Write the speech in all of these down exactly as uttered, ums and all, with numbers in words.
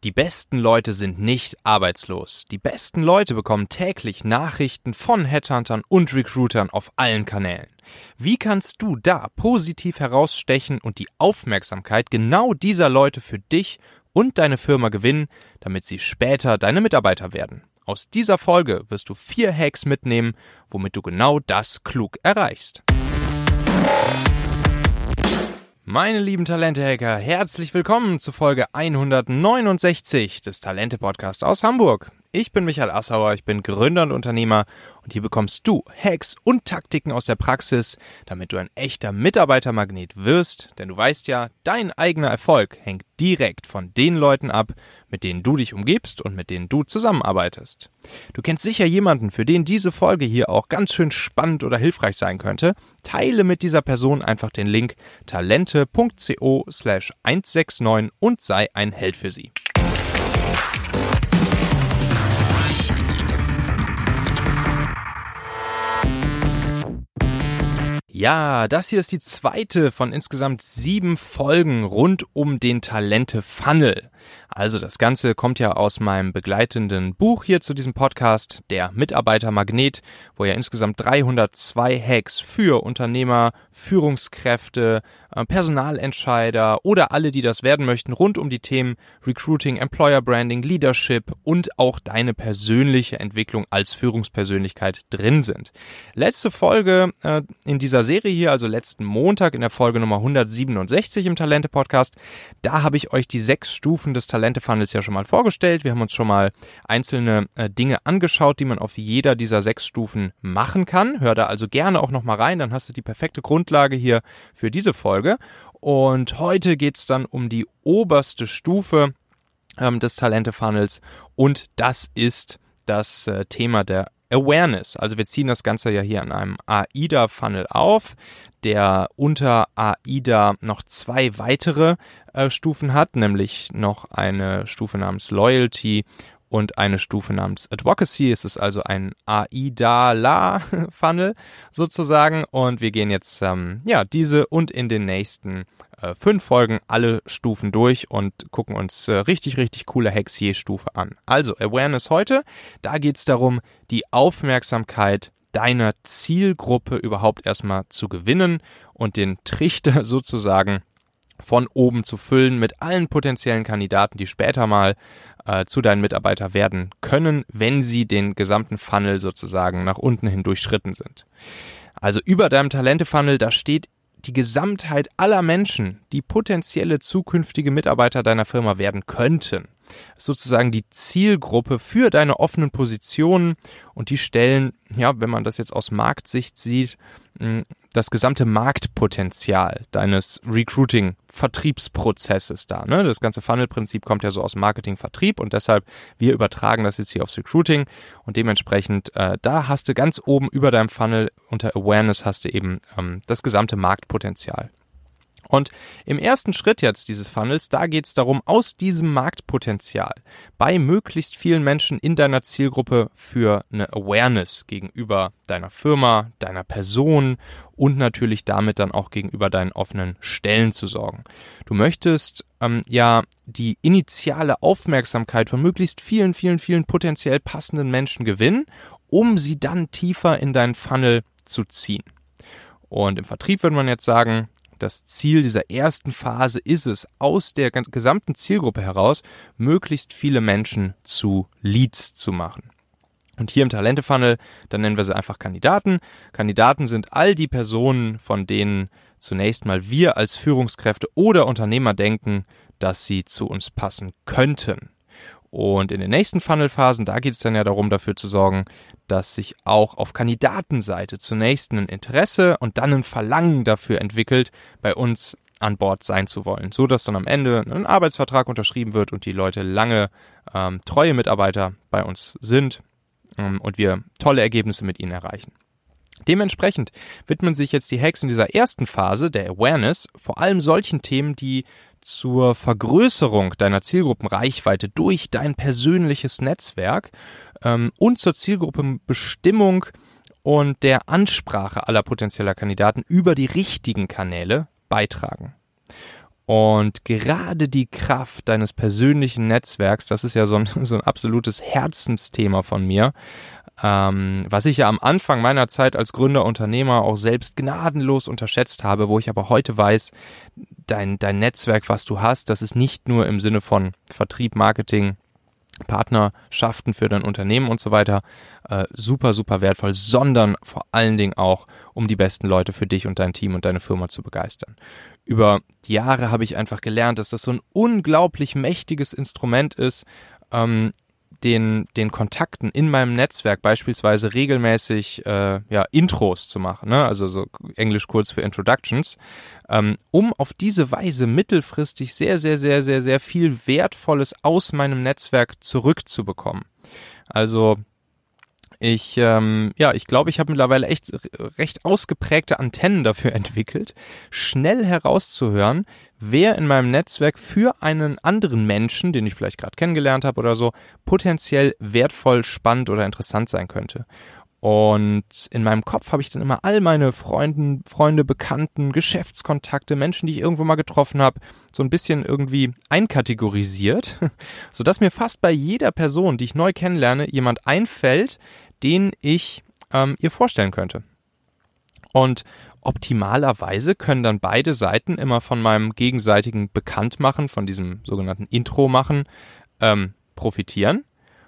Die besten Leute sind nicht arbeitslos. Die besten Leute bekommen täglich Nachrichten von Headhuntern und Recruitern auf allen Kanälen. Wie kannst du da positiv herausstechen und die Aufmerksamkeit genau dieser Leute für dich und deine Firma gewinnen, damit sie später deine Mitarbeiter werden? Aus dieser Folge wirst du vier Hacks mitnehmen, womit du genau das klug erreichst. Meine lieben Talente-Hacker, herzlich willkommen zu Folge hundertneunundsechzig des Talente-Podcasts aus Hamburg. Ich bin Michael Assauer, ich bin Gründer und Unternehmer und hier bekommst du Hacks und Taktiken aus der Praxis, damit du ein echter Mitarbeitermagnet wirst, denn du weißt ja, dein eigener Erfolg hängt direkt von den Leuten ab, mit denen du dich umgibst und mit denen du zusammenarbeitest. Du kennst sicher jemanden, für den diese Folge hier auch ganz schön spannend oder hilfreich sein könnte. Teile mit dieser Person einfach den Link talente.co slash 169 und sei ein Held für sie. Ja, das hier ist die zweite von insgesamt sieben Folgen rund um den Talente-Funnel. Also das Ganze kommt ja aus meinem begleitenden Buch hier zu diesem Podcast, der Mitarbeitermagnet, wo ja insgesamt dreihundertzwei Hacks für Unternehmer, Führungskräfte, Personalentscheider oder alle, die das werden möchten, rund um die Themen Recruiting, Employer Branding, Leadership und auch deine persönliche Entwicklung als Führungspersönlichkeit drin sind. Letzte Folge äh, in dieser Serie hier, also letzten Montag in der Folge Nummer hundertsiebenundsechzig im Talente-Podcast, da habe ich euch die sechs Stufen des Talente-Funnels ja schon mal vorgestellt. Wir haben uns schon mal einzelne äh, Dinge angeschaut, die man auf jeder dieser sechs Stufen machen kann. Hör da also gerne auch nochmal rein, dann hast du die perfekte Grundlage hier für diese Folge. Und heute geht es dann um die oberste Stufe ähm, des Talente-Funnels und das ist das äh, Thema der Awareness. Also wir ziehen das Ganze ja hier an einem AIDA-Funnel auf, der unter AIDA noch zwei weitere äh, Stufen hat, nämlich noch eine Stufe namens Loyalty und eine Stufe namens Advocacy. Es ist also ein AIDA-La-Funnel sozusagen und wir gehen jetzt ähm, ja diese und in den nächsten äh, fünf Folgen alle Stufen durch und gucken uns äh, richtig, richtig coole Hacks je Stufe an. Also Awareness heute, da geht es darum, die Aufmerksamkeit deiner Zielgruppe überhaupt erstmal zu gewinnen und den Trichter sozusagen von oben zu füllen mit allen potenziellen Kandidaten, die später mal äh, zu deinen Mitarbeitern werden können, wenn sie den gesamten Funnel sozusagen nach unten hin durchschritten sind. Also über deinem Talente-Funnel, da steht die Gesamtheit aller Menschen, die potenzielle zukünftige Mitarbeiter deiner Firma werden könnten. Sozusagen die Zielgruppe für deine offenen Positionen und die stellen, ja, wenn man das jetzt aus Marktsicht sieht, das gesamte Marktpotenzial deines Recruiting-Vertriebsprozesses dar. Ne? Das ganze Funnel-Prinzip kommt ja so aus Marketing-Vertrieb und deshalb, wir übertragen das jetzt hier aufs Recruiting und dementsprechend, äh, da hast du ganz oben über deinem Funnel unter Awareness hast du eben ähm, das gesamte Marktpotenzial. Und im ersten Schritt jetzt dieses Funnels, da geht es darum, aus diesem Marktpotenzial bei möglichst vielen Menschen in deiner Zielgruppe für eine Awareness gegenüber deiner Firma, deiner Person und natürlich damit dann auch gegenüber deinen offenen Stellen zu sorgen. Du möchtest ähm, ja die initiale Aufmerksamkeit von möglichst vielen, vielen, vielen potenziell passenden Menschen gewinnen, um sie dann tiefer in deinen Funnel zu ziehen. Und im Vertrieb würde man jetzt sagen, das Ziel dieser ersten Phase ist es, aus der gesamten Zielgruppe heraus möglichst viele Menschen zu Leads zu machen. Und hier im Talente-Funnel, dann nennen wir sie einfach Kandidaten. Kandidaten sind all die Personen, von denen zunächst mal wir als Führungskräfte oder Unternehmer denken, dass sie zu uns passen könnten. Und in den nächsten Funnel-Phasen, da geht es dann ja darum, dafür zu sorgen, dass sich auch auf Kandidatenseite zunächst ein Interesse und dann ein Verlangen dafür entwickelt, bei uns an Bord sein zu wollen, so dass dann am Ende ein Arbeitsvertrag unterschrieben wird und die Leute lange ähm, treue Mitarbeiter bei uns sind ähm, und wir tolle Ergebnisse mit ihnen erreichen. Dementsprechend widmen sich jetzt die Hacks in dieser ersten Phase der Awareness vor allem solchen Themen, die zur Vergrößerung deiner Zielgruppenreichweite durch dein persönliches Netzwerk ähm, und zur Zielgruppenbestimmung und der Ansprache aller potenzieller Kandidaten über die richtigen Kanäle beitragen. Und gerade die Kraft deines persönlichen Netzwerks, das ist ja so ein, so ein absolutes Herzensthema von mir, ähm, was ich ja am Anfang meiner Zeit als Gründer, Unternehmer auch selbst gnadenlos unterschätzt habe, wo ich aber heute weiß, dein, dein Netzwerk, was du hast, das ist nicht nur im Sinne von Vertrieb, Marketing, Partnerschaften für dein Unternehmen und so weiter äh, super, super wertvoll, sondern vor allen Dingen auch, um die besten Leute für dich und dein Team und deine Firma zu begeistern. Über die Jahre habe ich einfach gelernt, dass das so ein unglaublich mächtiges Instrument ist, ähm, den, den Kontakten in meinem Netzwerk beispielsweise regelmäßig äh, ja, Intros zu machen, ne? Also so Englisch kurz für Introductions, ähm, um auf diese Weise mittelfristig sehr, sehr, sehr, sehr, sehr viel Wertvolles aus meinem Netzwerk zurückzubekommen. Also Ich, ähm, ja, ich glaube, ich habe mittlerweile echt recht ausgeprägte Antennen dafür entwickelt, schnell herauszuhören, wer in meinem Netzwerk für einen anderen Menschen, den ich vielleicht gerade kennengelernt habe oder so, potenziell wertvoll, spannend oder interessant sein könnte. Und in meinem Kopf habe ich dann immer all meine Freunden, Freunde, Bekannten, Geschäftskontakte, Menschen, die ich irgendwo mal getroffen habe, so ein bisschen irgendwie einkategorisiert, sodass mir fast bei jeder Person, die ich neu kennenlerne, jemand einfällt, den ich ähm, ihr vorstellen könnte. Und optimalerweise können dann beide Seiten immer von meinem gegenseitigen Bekanntmachen, von diesem sogenannten Intro machen, ähm, profitieren.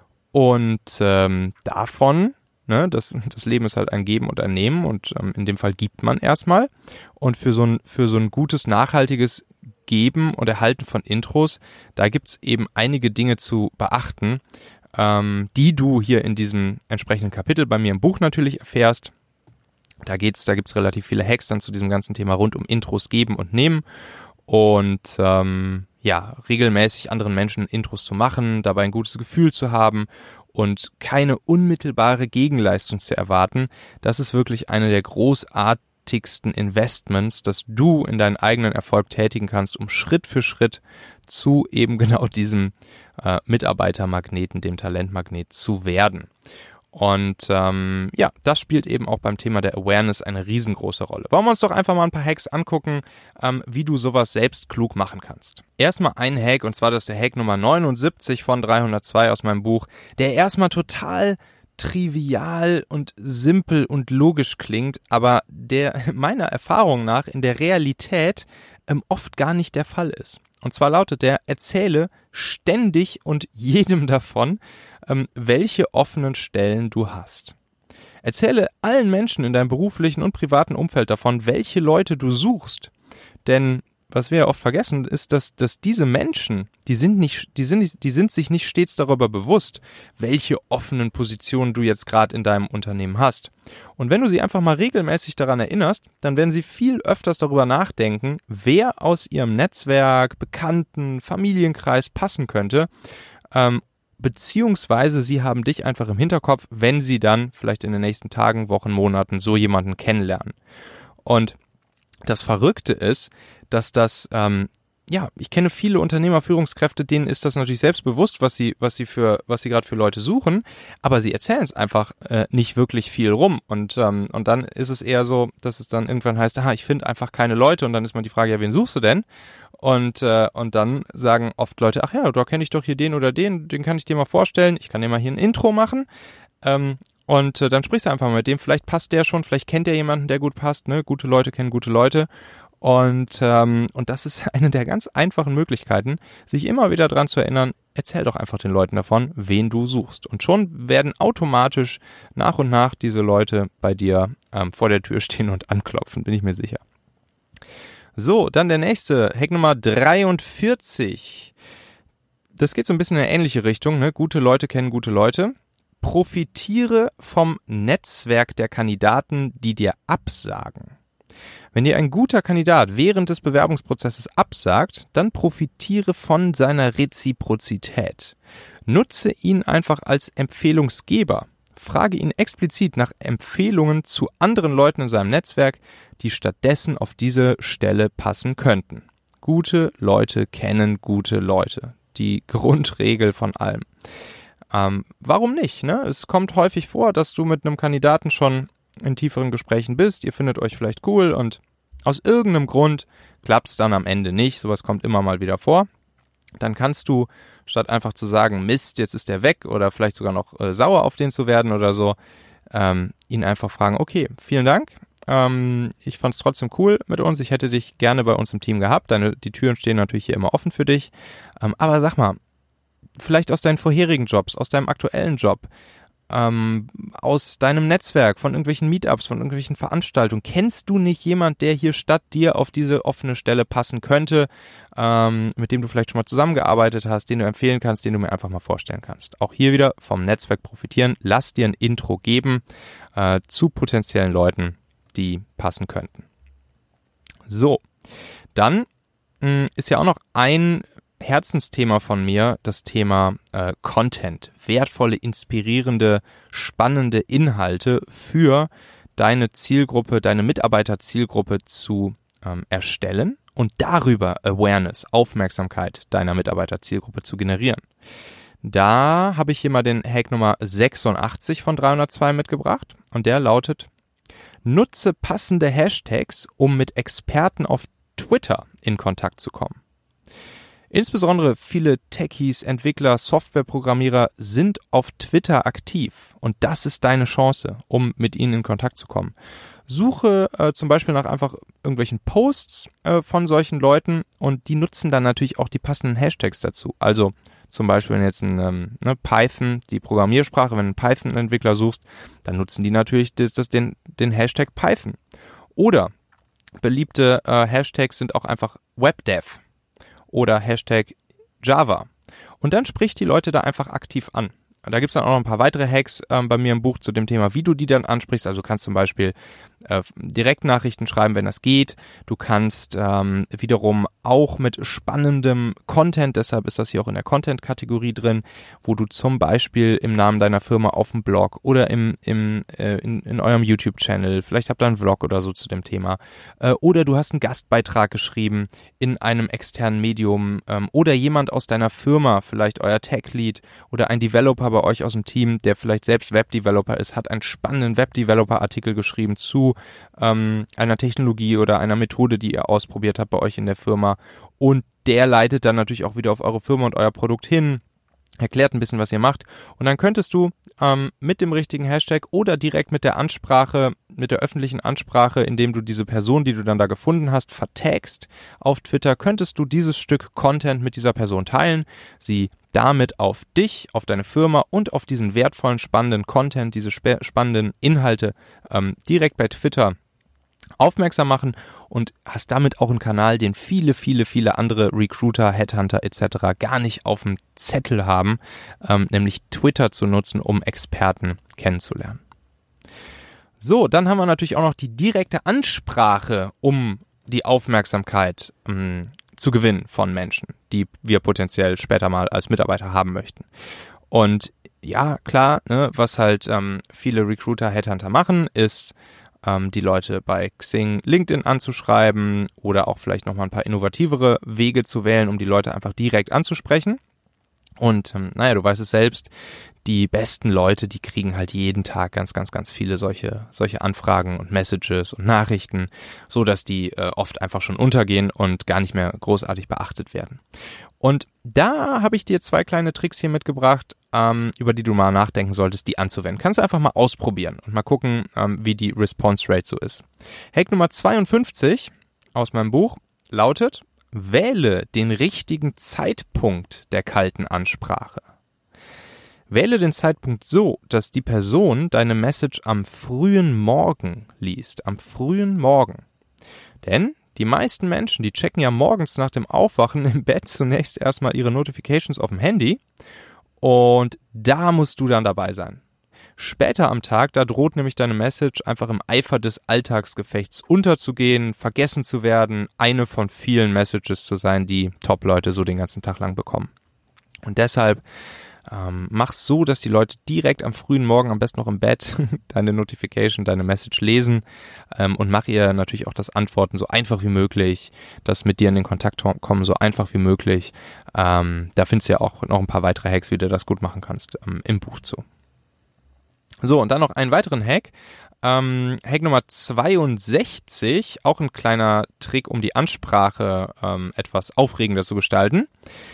Und ähm, davon, ne, das, das Leben ist halt ein Geben und ein Nehmen und ähm, in dem Fall gibt man erstmal. Und für so ein, für so ein gutes, nachhaltiges Geben und Erhalten von Intros, da gibt's eben einige Dinge zu beachten, ähm, die du hier in diesem entsprechenden Kapitel bei mir im Buch natürlich erfährst. Da geht's, da gibt's relativ viele Hacks dann zu diesem ganzen Thema rund um Intros geben und nehmen und ähm, ja, regelmäßig anderen Menschen Intros zu machen, dabei ein gutes Gefühl zu haben und keine unmittelbare Gegenleistung zu erwarten. Das ist wirklich eine der großartigsten Investments, das du in deinen eigenen Erfolg tätigen kannst, um Schritt für Schritt zu eben genau diesem äh, Mitarbeitermagneten, dem Talentmagnet zu werden. Und ähm, ja, das spielt eben auch beim Thema der Awareness eine riesengroße Rolle. Wollen wir uns doch einfach mal ein paar Hacks angucken, ähm, wie du sowas selbst klug machen kannst. Erstmal ein Hack, und zwar das ist der Hack Nummer neunundsiebzig von dreihundertzwei aus meinem Buch, der erstmal total trivial und simpel und logisch klingt, aber der meiner Erfahrung nach in der Realität ähm, oft gar nicht der Fall ist. Und zwar lautet der: Erzähle ständig und jedem davon, ähm, welche offenen Stellen du hast. Erzähle allen Menschen in deinem beruflichen und privaten Umfeld davon, welche Leute du suchst. Denn was wir ja oft vergessen, ist, dass, dass diese Menschen, die sind nicht, die sind, die sind sich nicht stets darüber bewusst, welche offenen Positionen du jetzt gerade in deinem Unternehmen hast. Und wenn du sie einfach mal regelmäßig daran erinnerst, dann werden sie viel öfters darüber nachdenken, wer aus ihrem Netzwerk, Bekannten, Familienkreis passen könnte, ähm, beziehungsweise sie haben dich einfach im Hinterkopf, wenn sie dann vielleicht in den nächsten Tagen, Wochen, Monaten so jemanden kennenlernen. Und das Verrückte ist, dass das, ähm, ja, ich kenne viele Unternehmerführungskräfte, denen ist das natürlich selbstbewusst, was sie, was sie für, was sie gerade für Leute suchen, aber sie erzählen es einfach äh, nicht wirklich viel rum. Und ähm, und dann ist es eher so, dass es dann irgendwann heißt, aha, ich finde einfach keine Leute, und dann ist mal die Frage, ja, wen suchst du denn? Und äh, und dann sagen oft Leute, ach ja, da kenne ich doch hier den oder den, den kann ich dir mal vorstellen, ich kann dir mal hier ein Intro machen. Ähm, Und äh, dann sprichst du einfach mal mit dem, vielleicht passt der schon, vielleicht kennt der jemanden, der gut passt, ne? Gute Leute kennen gute Leute. Und ähm, und das ist eine der ganz einfachen Möglichkeiten, sich immer wieder dran zu erinnern, erzähl doch einfach den Leuten davon, wen du suchst. Und schon werden automatisch nach und nach diese Leute bei dir ähm, vor der Tür stehen und anklopfen, bin ich mir sicher. So, dann der nächste, Hack Nummer dreiundvierzig. Das geht so ein bisschen in eine ähnliche Richtung, ne? Gute Leute kennen gute Leute. Profitiere vom Netzwerk der Kandidaten, die dir absagen. Wenn dir ein guter Kandidat während des Bewerbungsprozesses absagt, dann profitiere von seiner Reziprozität. Nutze ihn einfach als Empfehlungsgeber. Frage ihn explizit nach Empfehlungen zu anderen Leuten in seinem Netzwerk, die stattdessen auf diese Stelle passen könnten. Gute Leute kennen gute Leute. Die Grundregel von allem. Ähm, warum nicht? Ne? Es kommt häufig vor, dass du mit einem Kandidaten schon in tieferen Gesprächen bist, ihr findet euch vielleicht cool und aus irgendeinem Grund klappt es dann am Ende nicht, sowas kommt immer mal wieder vor, dann kannst du, statt einfach zu sagen, Mist, jetzt ist der weg oder vielleicht sogar noch äh, sauer auf den zu werden oder so, ähm, ihn einfach fragen, okay, vielen Dank, ähm, ich fand es trotzdem cool mit uns, ich hätte dich gerne bei uns im Team gehabt, Deine, die Türen stehen natürlich hier immer offen für dich, ähm, aber sag mal, vielleicht aus deinen vorherigen Jobs, aus deinem aktuellen Job, ähm, aus deinem Netzwerk, von irgendwelchen Meetups, von irgendwelchen Veranstaltungen. Kennst du nicht jemand, der hier statt dir auf diese offene Stelle passen könnte, ähm, mit dem du vielleicht schon mal zusammengearbeitet hast, den du empfehlen kannst, den du mir einfach mal vorstellen kannst? Auch hier wieder vom Netzwerk profitieren. Lass dir ein Intro geben äh, zu potenziellen Leuten, die passen könnten. So, dann mh, ist ja auch noch ein Herzensthema von mir, das Thema äh, Content, wertvolle, inspirierende, spannende Inhalte für deine Zielgruppe, deine Mitarbeiterzielgruppe zu ähm, erstellen und darüber Awareness, Aufmerksamkeit deiner Mitarbeiterzielgruppe zu generieren. Da habe ich hier mal den Hack Nummer sechsundachtzig von dreihundertzwei mitgebracht und der lautet: Nutze passende Hashtags, um mit Experten auf Twitter in Kontakt zu kommen. Insbesondere viele Techies, Entwickler, Softwareprogrammierer sind auf Twitter aktiv und das ist deine Chance, um mit ihnen in Kontakt zu kommen. Suche äh, zum Beispiel nach einfach irgendwelchen Posts äh, von solchen Leuten und die nutzen dann natürlich auch die passenden Hashtags dazu. Also zum Beispiel, wenn jetzt ein ähm, ne, Python, die Programmiersprache, wenn du einen Python-Entwickler suchst, dann nutzen die natürlich das, das, den, den Hashtag Python. Oder beliebte äh, Hashtags sind auch einfach WebDev oder Hashtag Java. Und dann sprich die Leute da einfach aktiv an. Da gibt es dann auch noch ein paar weitere Hacks ähm, bei mir im Buch zu dem Thema, wie du die dann ansprichst. Also du kannst zum Beispiel äh, Direktnachrichten schreiben, wenn das geht. Du kannst ähm, wiederum auch mit spannendem Content, deshalb ist das hier auch in der Content-Kategorie drin, wo du zum Beispiel im Namen deiner Firma auf dem Blog oder im, im, äh, in, in eurem YouTube-Channel, vielleicht habt ihr einen Vlog oder so zu dem Thema, äh, oder du hast einen Gastbeitrag geschrieben in einem externen Medium ähm, oder jemand aus deiner Firma, vielleicht euer Tech-Lead oder ein Developer bei euch aus dem Team, der vielleicht selbst Webdeveloper ist, hat einen spannenden Webdeveloper-Artikel geschrieben zu ähm, einer Technologie oder einer Methode, die ihr ausprobiert habt bei euch in der Firma. Und der leitet dann natürlich auch wieder auf eure Firma und euer Produkt hin, erklärt ein bisschen, was ihr macht. Und dann könntest du ähm, mit dem richtigen Hashtag oder direkt mit der Ansprache, mit der öffentlichen Ansprache, indem du diese Person, die du dann da gefunden hast, vertagst auf Twitter, könntest du dieses Stück Content mit dieser Person teilen, sie damit auf dich, auf deine Firma und auf diesen wertvollen, spannenden Content, diese sp- spannenden Inhalte ähm, direkt bei Twitter aufmerksam machen und hast damit auch einen Kanal, den viele, viele, viele andere Recruiter, Headhunter et cetera gar nicht auf dem Zettel haben, ähm, nämlich Twitter zu nutzen, um Experten kennenzulernen. So, dann haben wir natürlich auch noch die direkte Ansprache, um die Aufmerksamkeit ähm, zu gewinnen von Menschen, die wir potenziell später mal als Mitarbeiter haben möchten. Und ja, klar, ne, was halt ähm, viele Recruiter, Headhunter machen, ist ähm, die Leute bei Xing, LinkedIn anzuschreiben oder auch vielleicht nochmal ein paar innovativere Wege zu wählen, um die Leute einfach direkt anzusprechen. Und ähm, naja, du weißt es selbst, die besten Leute, die kriegen halt jeden Tag ganz, ganz, ganz viele solche solche Anfragen und Messages und Nachrichten, so dass die äh, oft einfach schon untergehen und gar nicht mehr großartig beachtet werden. Und da habe ich dir zwei kleine Tricks hier mitgebracht, ähm, über die du mal nachdenken solltest, die anzuwenden. Kannst du einfach mal ausprobieren und mal gucken, ähm, wie die Response Rate so ist. Hack Nummer zweiundfünfzig aus meinem Buch lautet: Wähle den richtigen Zeitpunkt der kalten Ansprache. Wähle den Zeitpunkt so, dass die Person deine Message am frühen Morgen liest. Am frühen Morgen. Denn die meisten Menschen, die checken ja morgens nach dem Aufwachen im Bett zunächst erstmal ihre Notifications auf dem Handy und da musst du dann dabei sein. Später am Tag, da droht nämlich deine Message einfach im Eifer des Alltagsgefechts unterzugehen, vergessen zu werden, eine von vielen Messages zu sein, die Top-Leute so den ganzen Tag lang bekommen. Und deshalb ähm, mach's so, dass die Leute direkt am frühen Morgen, am besten noch im Bett, deine Notification, deine Message lesen ähm, und mach ihr natürlich auch das Antworten so einfach wie möglich, das mit dir in den Kontakt kommen so einfach wie möglich. Ähm, da findest du ja auch noch ein paar weitere Hacks, wie du das gut machen kannst, ähm, im Buch zu. So, und dann noch einen weiteren Hack, ähm, Hack Nummer zweiundsechzig, auch ein kleiner Trick, um die Ansprache ähm, etwas aufregender zu gestalten.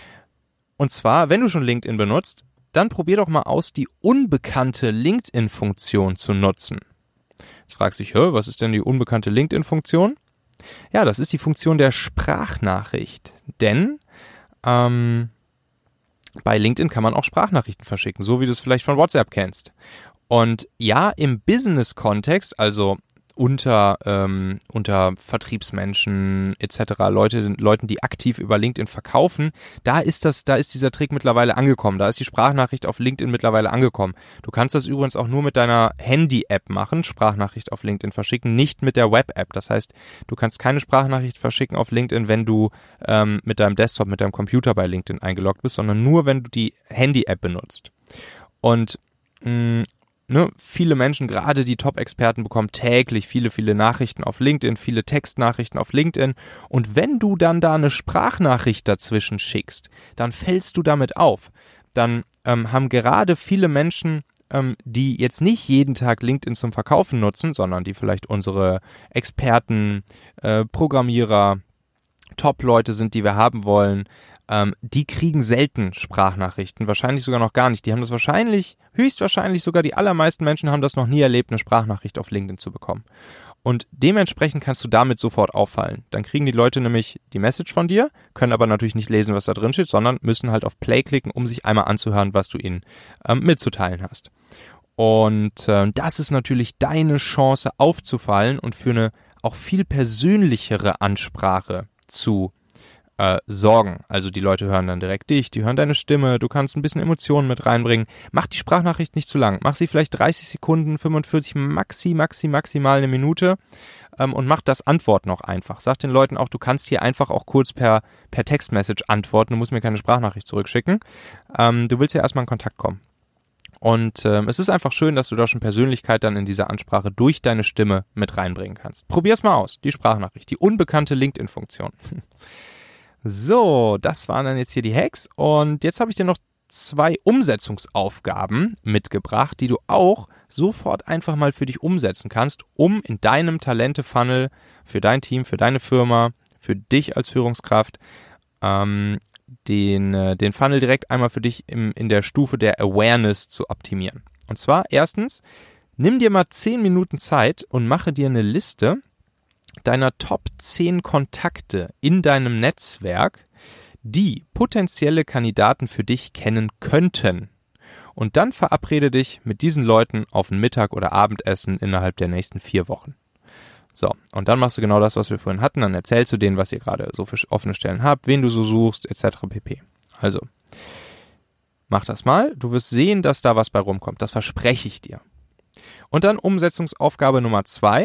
Und zwar, wenn du schon LinkedIn benutzt, dann probier doch mal aus, die unbekannte LinkedIn-Funktion zu nutzen. Jetzt fragst du dich, hä, was ist denn die unbekannte LinkedIn-Funktion? Ja, das ist die Funktion der Sprachnachricht. Denn ähm, bei LinkedIn kann man auch Sprachnachrichten verschicken, so wie du es vielleicht von WhatsApp kennst. Und ja, im Business-Kontext, also unter, ähm, unter Vertriebsmenschen et cetera, Leute, Leuten, die aktiv über LinkedIn verkaufen, da ist das, da ist dieser Trick mittlerweile angekommen. Da ist die Sprachnachricht auf LinkedIn mittlerweile angekommen. Du kannst das übrigens auch nur mit deiner Handy-App machen, Sprachnachricht auf LinkedIn verschicken, nicht mit der Web-App. Das heißt, du kannst keine Sprachnachricht verschicken auf LinkedIn, wenn du ähm, mit deinem Desktop, mit deinem Computer bei LinkedIn eingeloggt bist, sondern nur, wenn du die Handy-App benutzt. Und mh, Ne, viele Menschen, gerade die Top-Experten, bekommen täglich viele, viele Nachrichten auf LinkedIn, viele Textnachrichten auf LinkedIn. Und wenn du dann da eine Sprachnachricht dazwischen schickst, dann fällst du damit auf. Dann ähm, haben gerade viele Menschen, ähm, die jetzt nicht jeden Tag LinkedIn zum Verkaufen nutzen, sondern die vielleicht unsere Experten, äh, Programmierer, Top-Leute sind, die wir haben wollen, ähm, die kriegen selten Sprachnachrichten, wahrscheinlich sogar noch gar nicht. Die haben das wahrscheinlich, höchstwahrscheinlich sogar die allermeisten Menschen haben das noch nie erlebt, eine Sprachnachricht auf LinkedIn zu bekommen. Und dementsprechend kannst du damit sofort auffallen. Dann kriegen die Leute nämlich die Message von dir, können aber natürlich nicht lesen, was da drin steht, sondern müssen halt auf Play klicken, um sich einmal anzuhören, was du ihnen ähm, mitzuteilen hast. Und äh, das ist natürlich deine Chance aufzufallen und für eine auch viel persönlichere Ansprache zu äh, sorgen. Also die Leute hören dann direkt dich, die hören deine Stimme, du kannst ein bisschen Emotionen mit reinbringen. Mach die Sprachnachricht nicht zu lang. Mach sie vielleicht dreißig Sekunden, fünfundvierzig, maxi, maxi, maximal eine Minute ähm, und mach das Antworten auch einfach. Sag den Leuten auch, du kannst hier einfach auch kurz per, per Textmessage antworten, du musst mir keine Sprachnachricht zurückschicken. Ähm, du willst ja erstmal in Kontakt kommen. Und ähm, es ist einfach schön, dass du da schon Persönlichkeit dann in dieser Ansprache durch deine Stimme mit reinbringen kannst. Probier's mal aus, die Sprachnachricht, die unbekannte LinkedIn-Funktion. So, das waren dann jetzt hier die Hacks und jetzt habe ich dir noch zwei Umsetzungsaufgaben mitgebracht, die du auch sofort einfach mal für dich umsetzen kannst, um in deinem Talente-Funnel für dein Team, für deine Firma, für dich als Führungskraft ähm, den, äh, den Funnel direkt einmal für dich im, in der Stufe der Awareness zu optimieren. Und zwar erstens, nimm dir mal zehn Minuten Zeit und mache dir eine Liste deiner Top zehn Kontakte in deinem Netzwerk, die potenzielle Kandidaten für dich kennen könnten. Und dann verabrede dich mit diesen Leuten auf ein Mittag- oder Abendessen innerhalb der nächsten vier Wochen. So, und dann machst du genau das, was wir vorhin hatten. Dann erzählst du denen, was ihr gerade so für offene Stellen habt, wen du so suchst, et cetera pp. Also, mach das mal. Du wirst sehen, dass da was bei rumkommt. Das verspreche ich dir. Und dann Umsetzungsaufgabe Nummer zwei.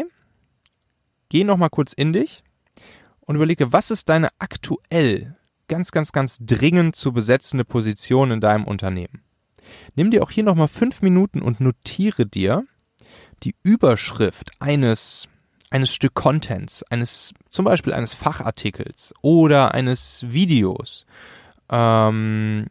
Geh nochmal kurz in dich und überlege, was ist deine aktuell ganz, ganz, ganz dringend zu besetzende Position in deinem Unternehmen. Nimm dir auch hier nochmal fünf Minuten und notiere dir die Überschrift eines eines Stück Contents, eines zum Beispiel eines Fachartikels oder eines Videos, ähm,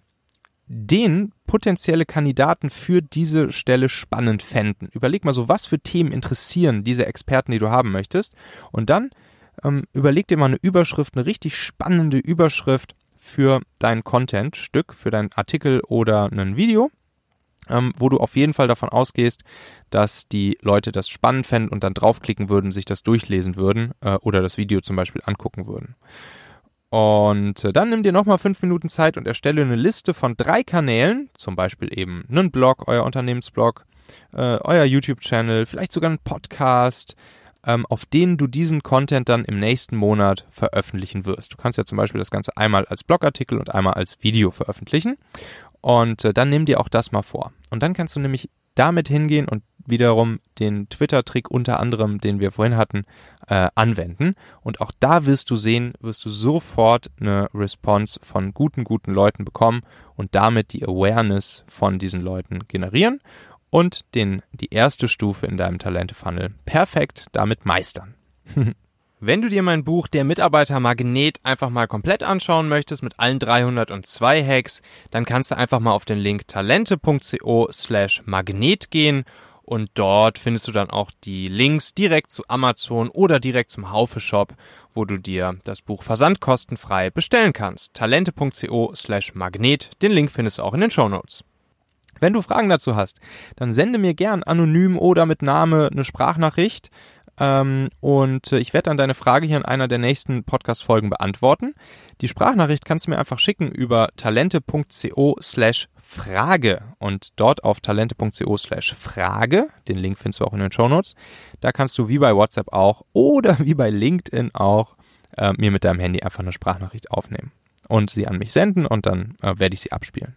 den potenzielle Kandidaten für diese Stelle spannend fänden. Überleg mal so, was für Themen interessieren diese Experten, die du haben möchtest, und dann ähm, überleg dir mal eine Überschrift, eine richtig spannende Überschrift für dein Content-Stück, für deinen Artikel oder ein Video, Ähm, wo du auf jeden Fall davon ausgehst, dass die Leute das spannend fänden und dann draufklicken würden, sich das durchlesen würden äh, oder das Video zum Beispiel angucken würden. Und äh, dann nimm dir nochmal fünf Minuten Zeit und erstelle eine Liste von drei Kanälen, zum Beispiel eben einen Blog, euer Unternehmensblog, äh, euer YouTube-Channel, vielleicht sogar einen Podcast, ähm, auf denen du diesen Content dann im nächsten Monat veröffentlichen wirst. Du kannst ja zum Beispiel das Ganze einmal als Blogartikel und einmal als Video veröffentlichen. Und äh, dann nimm dir auch das mal vor. Und dann kannst du nämlich damit hingehen und wiederum den Twitter-Trick unter anderem, den wir vorhin hatten, äh, anwenden. Und auch da wirst du sehen, wirst du sofort eine Response von guten, guten Leuten bekommen und damit die Awareness von diesen Leuten generieren und den, die erste Stufe in deinem Talente-Funnel perfekt damit meistern. Wenn du dir mein Buch Der Mitarbeitermagnet einfach mal komplett anschauen möchtest mit allen dreihundertzwei Hacks, dann kannst du einfach mal auf den Link talente punkt co slash magnet gehen Und dort findest du dann auch die Links direkt zu Amazon oder direkt zum Haufe-Shop, wo du dir das Buch versandkostenfrei bestellen kannst. talente.co slash magnet. Den Link findest du auch in den Shownotes. Wenn du Fragen dazu hast, dann sende mir gern anonym oder mit Name eine Sprachnachricht. Ähm, und ich werde dann deine Frage hier in einer der nächsten Podcast-Folgen beantworten. Die Sprachnachricht kannst du mir einfach schicken über talente.co slash Frage und dort auf talente.co slash Frage, den Link findest du auch in den Shownotes, da kannst du wie bei WhatsApp auch oder wie bei LinkedIn auch äh, mir mit deinem Handy einfach eine Sprachnachricht aufnehmen und sie an mich senden und dann äh, werde ich sie abspielen.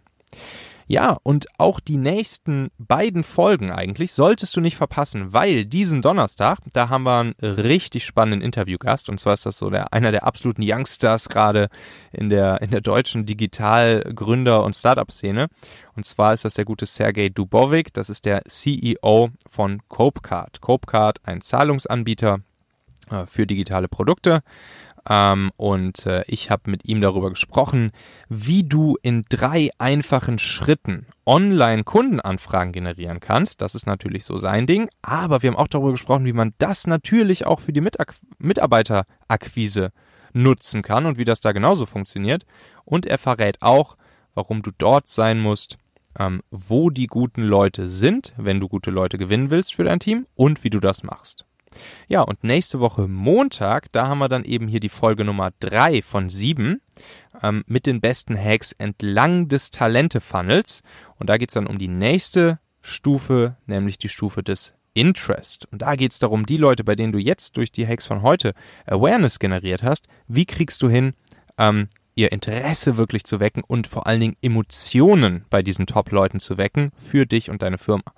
Ja, und auch die nächsten beiden Folgen eigentlich solltest du nicht verpassen, weil diesen Donnerstag, da haben wir einen richtig spannenden Interviewgast und zwar ist das so der einer der absoluten Youngsters gerade in der in der deutschen Digitalgründer- und Startup-Szene und zwar ist das der gute Sergej Dubovik, das ist der C E O von Copecard. Copecard, ein Zahlungsanbieter äh, für digitale Produkte. Ähm, und äh, ich habe mit ihm darüber gesprochen, wie du in drei einfachen Schritten online Kundenanfragen generieren kannst. Das ist natürlich so sein Ding. Aber wir haben auch darüber gesprochen, wie man das natürlich auch für die Mit- Mitarbeiterakquise nutzen kann und wie das da genauso funktioniert. Und er verrät auch, warum du dort sein musst, ähm, wo die guten Leute sind, wenn du gute Leute gewinnen willst für dein Team und wie du das machst. Ja, und nächste Woche Montag, da haben wir dann eben hier die Folge Nummer drei von sieben ähm, mit den besten Hacks entlang des Talente-Funnels. Und da geht es dann um die nächste Stufe, nämlich die Stufe des Interest. Und da geht es darum, die Leute, bei denen du jetzt durch die Hacks von heute Awareness generiert hast, wie kriegst du hin, ähm, ihr Interesse wirklich zu wecken und vor allen Dingen Emotionen bei diesen Top-Leuten zu wecken für dich und deine Firma.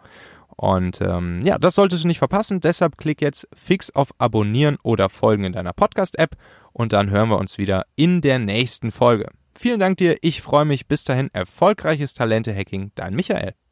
Und ähm, ja, das solltest du nicht verpassen. Deshalb klick jetzt fix auf Abonnieren oder Folgen in deiner Podcast-App und dann hören wir uns wieder in der nächsten Folge. Vielen Dank dir, ich freue mich. Bis dahin, erfolgreiches Talente-Hacking, dein Michael.